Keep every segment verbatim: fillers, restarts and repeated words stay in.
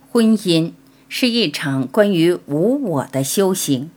婚姻是一场关于无我的修行。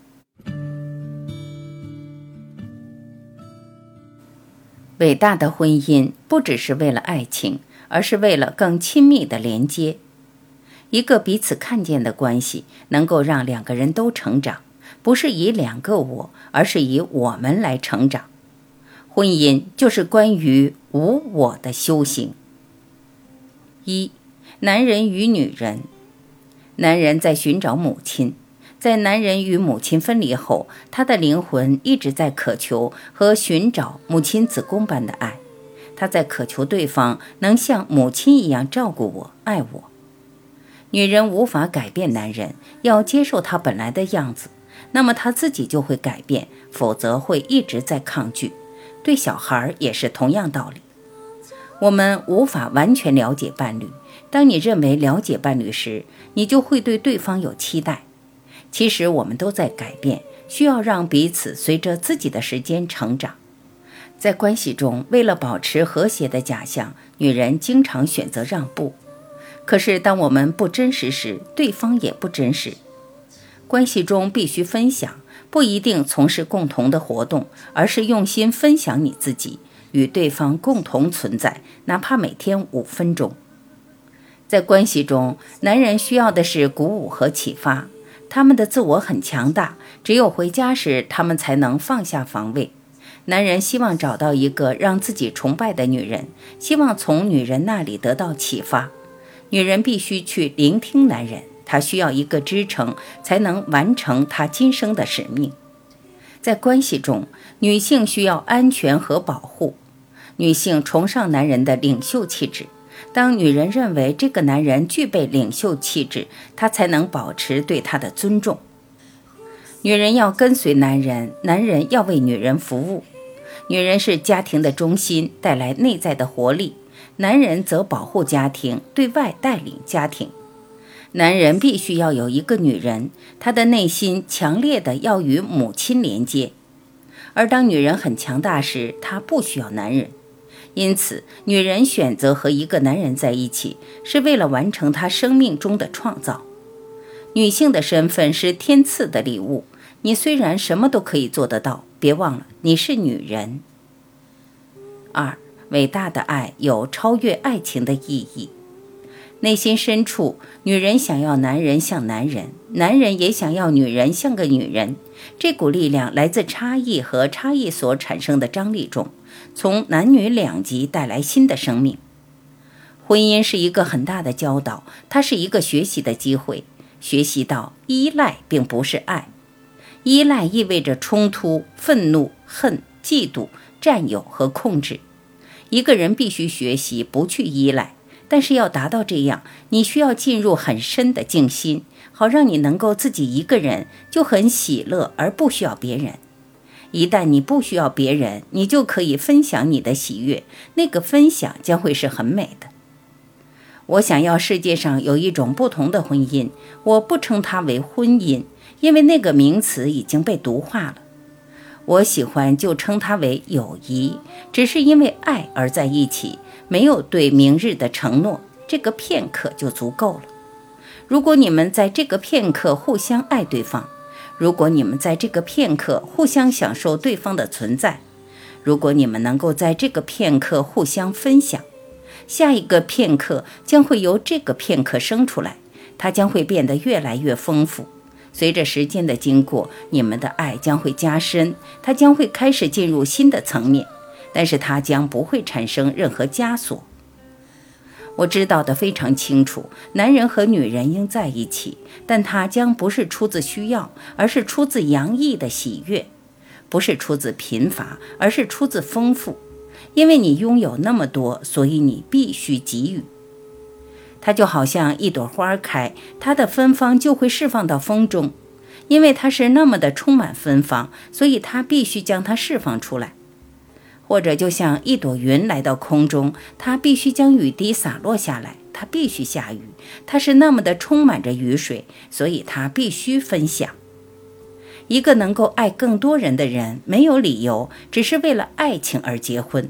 伟大的婚姻不只是为了爱情，而是为了更亲密的连接。一个彼此看见的关系，能够让两个人都成长，不是以两个我，而是以我们来成长。婚姻就是关于无我的修行。一、男人与女人。男人在寻找母亲，在男人与母亲分离后，他的灵魂一直在渴求和寻找母亲子宫般的爱，他在渴求对方能像母亲一样照顾我、爱我。女人无法改变男人，要接受他本来的样子，那么他自己就会改变，否则会一直在抗拒。对小孩也是同样道理。我们无法完全了解伴侣，当你认为了解伴侣时，你就会对对方有期待。其实我们都在改变，需要让彼此随着自己的时间成长。在关系中，为了保持和谐的假象，女人经常选择让步。可是当我们不真实时，对方也不真实。关系中必须分享，不一定从事共同的活动，而是用心分享你自己，与对方共同存在，哪怕每天五分钟。在关系中，男人需要的是鼓舞和启发，他们的自我很强大，只有回家时他们才能放下防卫。男人希望找到一个让自己崇拜的女人，希望从女人那里得到启发。女人必须去聆听男人，他需要一个支撑，才能完成他今生的使命。在关系中，女性需要安全和保护。女性崇尚男人的领袖气质，当女人认为这个男人具备领袖气质，她才能保持对他的尊重。女人要跟随男人，男人要为女人服务。女人是家庭的中心，带来内在的活力，男人则保护家庭，对外带领家庭。男人必须要有一个女人，他的内心强烈的要与母亲连接。而当女人很强大时，她不需要男人。因此，女人选择和一个男人在一起，是为了完成她生命中的创造。女性的身份是天赐的礼物，你虽然什么都可以做得到，别忘了你是女人。二、伟大的爱有超越爱情的意义。内心深处，女人想要男人像男人，男人也想要女人像个女人。这股力量来自差异和差异所产生的张力中，从男女两极带来新的生命。婚姻是一个很大的教导，它是一个学习的机会，学习到依赖并不是爱。依赖意味着冲突、愤怒、恨、嫉妒、占有和控制。一个人必须学习不去依赖，但是要达到这样，你需要进入很深的静心，好让你能够自己一个人就很喜乐，而不需要别人。一旦你不需要别人，你就可以分享你的喜悦，那个分享将会是很美的。我想要世界上有一种不同的婚姻，我不称它为婚姻，因为那个名词已经被毒化了。我喜欢就称它为友谊，只是因为爱而在一起，没有对明日的承诺，这个片刻就足够了。如果你们在这个片刻互相爱对方，如果你们在这个片刻互相享受对方的存在，如果你们能够在这个片刻互相分享，下一个片刻将会由这个片刻生出来，它将会变得越来越丰富。随着时间的经过，你们的爱将会加深，它将会开始进入新的层面，但是它将不会产生任何枷锁。我知道得非常清楚，男人和女人应在一起，但它将不是出自需要，而是出自洋溢的喜悦，不是出自贫乏，而是出自丰富。因为你拥有那么多，所以你必须给予。它就好像一朵花开，它的芬芳就会释放到风中，因为它是那么的充满芬芳，所以它必须将它释放出来。或者就像一朵云来到空中，它必须将雨滴洒落下来，它必须下雨，它是那么的充满着雨水，所以它必须分享。一个能够爱更多人的人，没有理由只是为了爱情而结婚，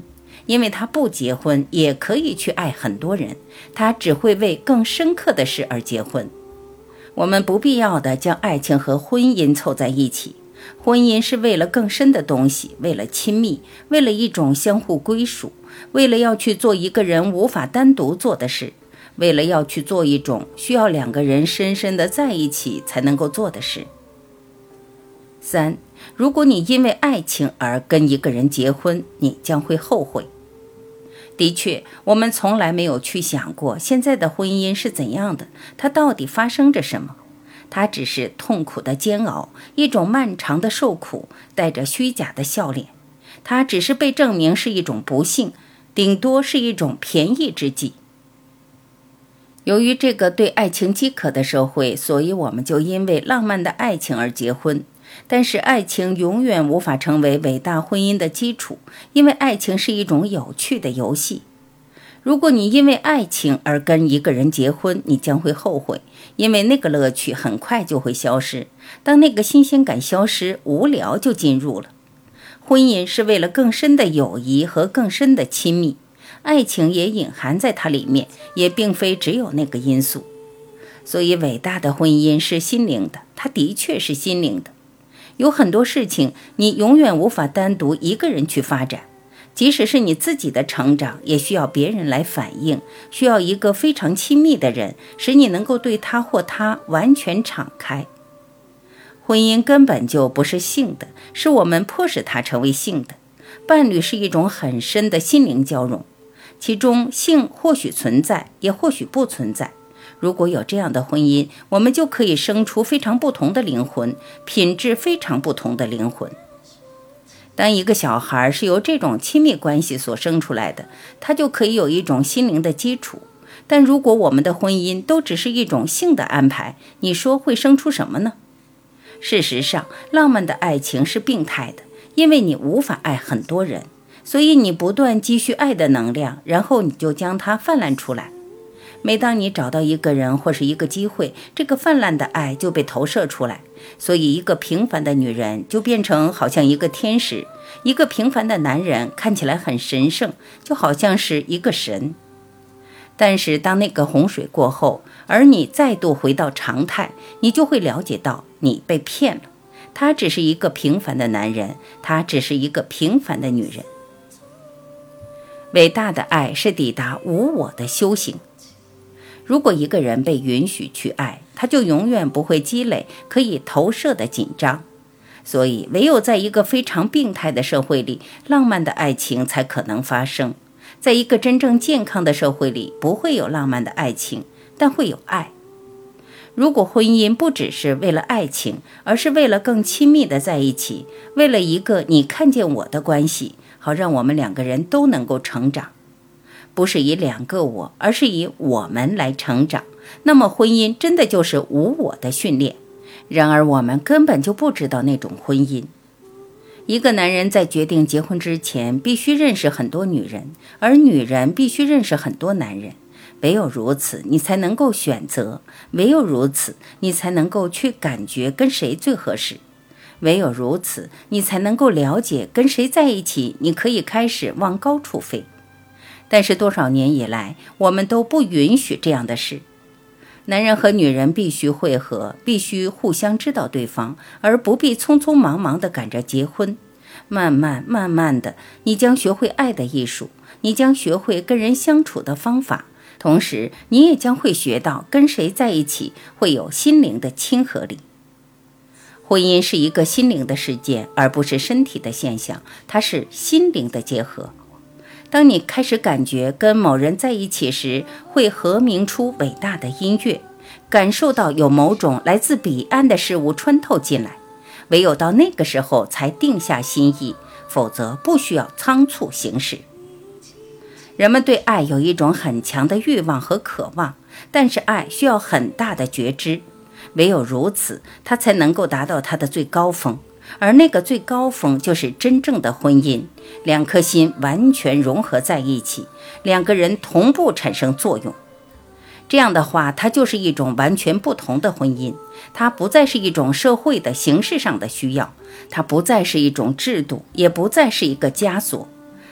因为他不结婚也可以去爱很多人，他只会为更深刻的事而结婚。我们不必要的将爱情和婚姻凑在一起，婚姻是为了更深的东西，为了亲密，为了一种相互归属，为了要去做一个人无法单独做的事，为了要去做一种需要两个人深深的在一起才能够做的事。三，如果你因为爱情而跟一个人结婚，你将会后悔。的确，我们从来没有去想过现在的婚姻是怎样的，它到底发生着什么。它只是痛苦的煎熬，一种漫长的受苦，带着虚假的笑脸。它只是被证明是一种不幸，顶多是一种便宜之计。由于这个对爱情饥渴的社会，所以我们就因为浪漫的爱情而结婚。但是爱情永远无法成为伟大婚姻的基础，因为爱情是一种有趣的游戏。如果你因为爱情而跟一个人结婚，你将会后悔，因为那个乐趣很快就会消失。当那个新鲜感消失，无聊就进入了。婚姻是为了更深的友谊和更深的亲密，爱情也隐含在它里面，也并非只有那个因素。所以伟大的婚姻是心灵的，它的确是心灵的。有很多事情你永远无法单独一个人去发展，即使是你自己的成长，也需要别人来反映，需要一个非常亲密的人，使你能够对他或她完全敞开。婚姻根本就不是性的，是我们迫使它成为性的。伴侣是一种很深的心灵交融，其中性或许存在，也或许不存在。如果有这样的婚姻，我们就可以生出非常不同的灵魂，品质非常不同的灵魂。当一个小孩是由这种亲密关系所生出来的，他就可以有一种心灵的基础。但如果我们的婚姻都只是一种性的安排，你说会生出什么呢？事实上，浪漫的爱情是病态的，因为你无法爱很多人，所以你不断积蓄爱的能量，然后你就将它泛滥出来。每当你找到一个人或是一个机会，这个泛滥的爱就被投射出来，所以一个平凡的女人就变成好像一个天使，一个平凡的男人看起来很神圣，就好像是一个神。但是当那个洪水过后，而你再度回到常态，你就会了解到你被骗了。他只是一个平凡的男人，他只是一个平凡的女人。伟大的爱是抵达无我的修行。如果一个人被允许去爱，他就永远不会积累可以投射的紧张。所以唯有在一个非常病态的社会里，浪漫的爱情才可能发生。在一个真正健康的社会里，不会有浪漫的爱情，但会有爱。如果婚姻不只是为了爱情，而是为了更亲密的在一起，为了一个你看见我的关系，好让我们两个人都能够成长，不是以两个我，而是以我们来成长，那么婚姻真的就是无我的训练。然而我们根本就不知道那种婚姻。一个男人在决定结婚之前，必须认识很多女人，而女人必须认识很多男人。唯有如此，你才能够选择；唯有如此，你才能够去感觉跟谁最合适；唯有如此，你才能够了解跟谁在一起，你可以开始往高处飞。但是多少年以来，我们都不允许这样的事。男人和女人必须会合，必须互相知道对方，而不必匆匆忙忙地赶着结婚。慢慢慢慢的，你将学会爱的艺术，你将学会跟人相处的方法，同时你也将会学到跟谁在一起会有心灵的亲和力。婚姻是一个心灵的事件，而不是身体的现象，它是心灵的结合。当你开始感觉跟某人在一起时，会和鸣出伟大的音乐，感受到有某种来自彼岸的事物穿透进来，唯有到那个时候才定下心意，否则不需要仓促行事。人们对爱有一种很强的欲望和渴望，但是爱需要很大的觉知，唯有如此，它才能够达到它的最高峰。而那个最高峰就是真正的婚姻，两颗心完全融合在一起，两个人同步产生作用。这样的话，它就是一种完全不同的婚姻，它不再是一种社会的形式上的需要，它不再是一种制度，也不再是一个枷锁，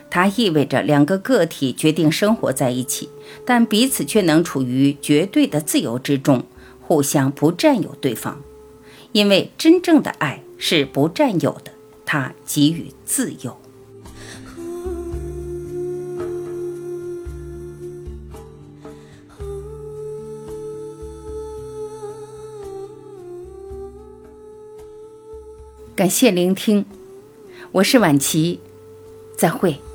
它意味着两个个体决定生活在一起，但彼此却能处于绝对的自由之中，互相不占有对方。因为真正的爱是不占有的，它给予自由。感谢聆听，我是婉琪，再会。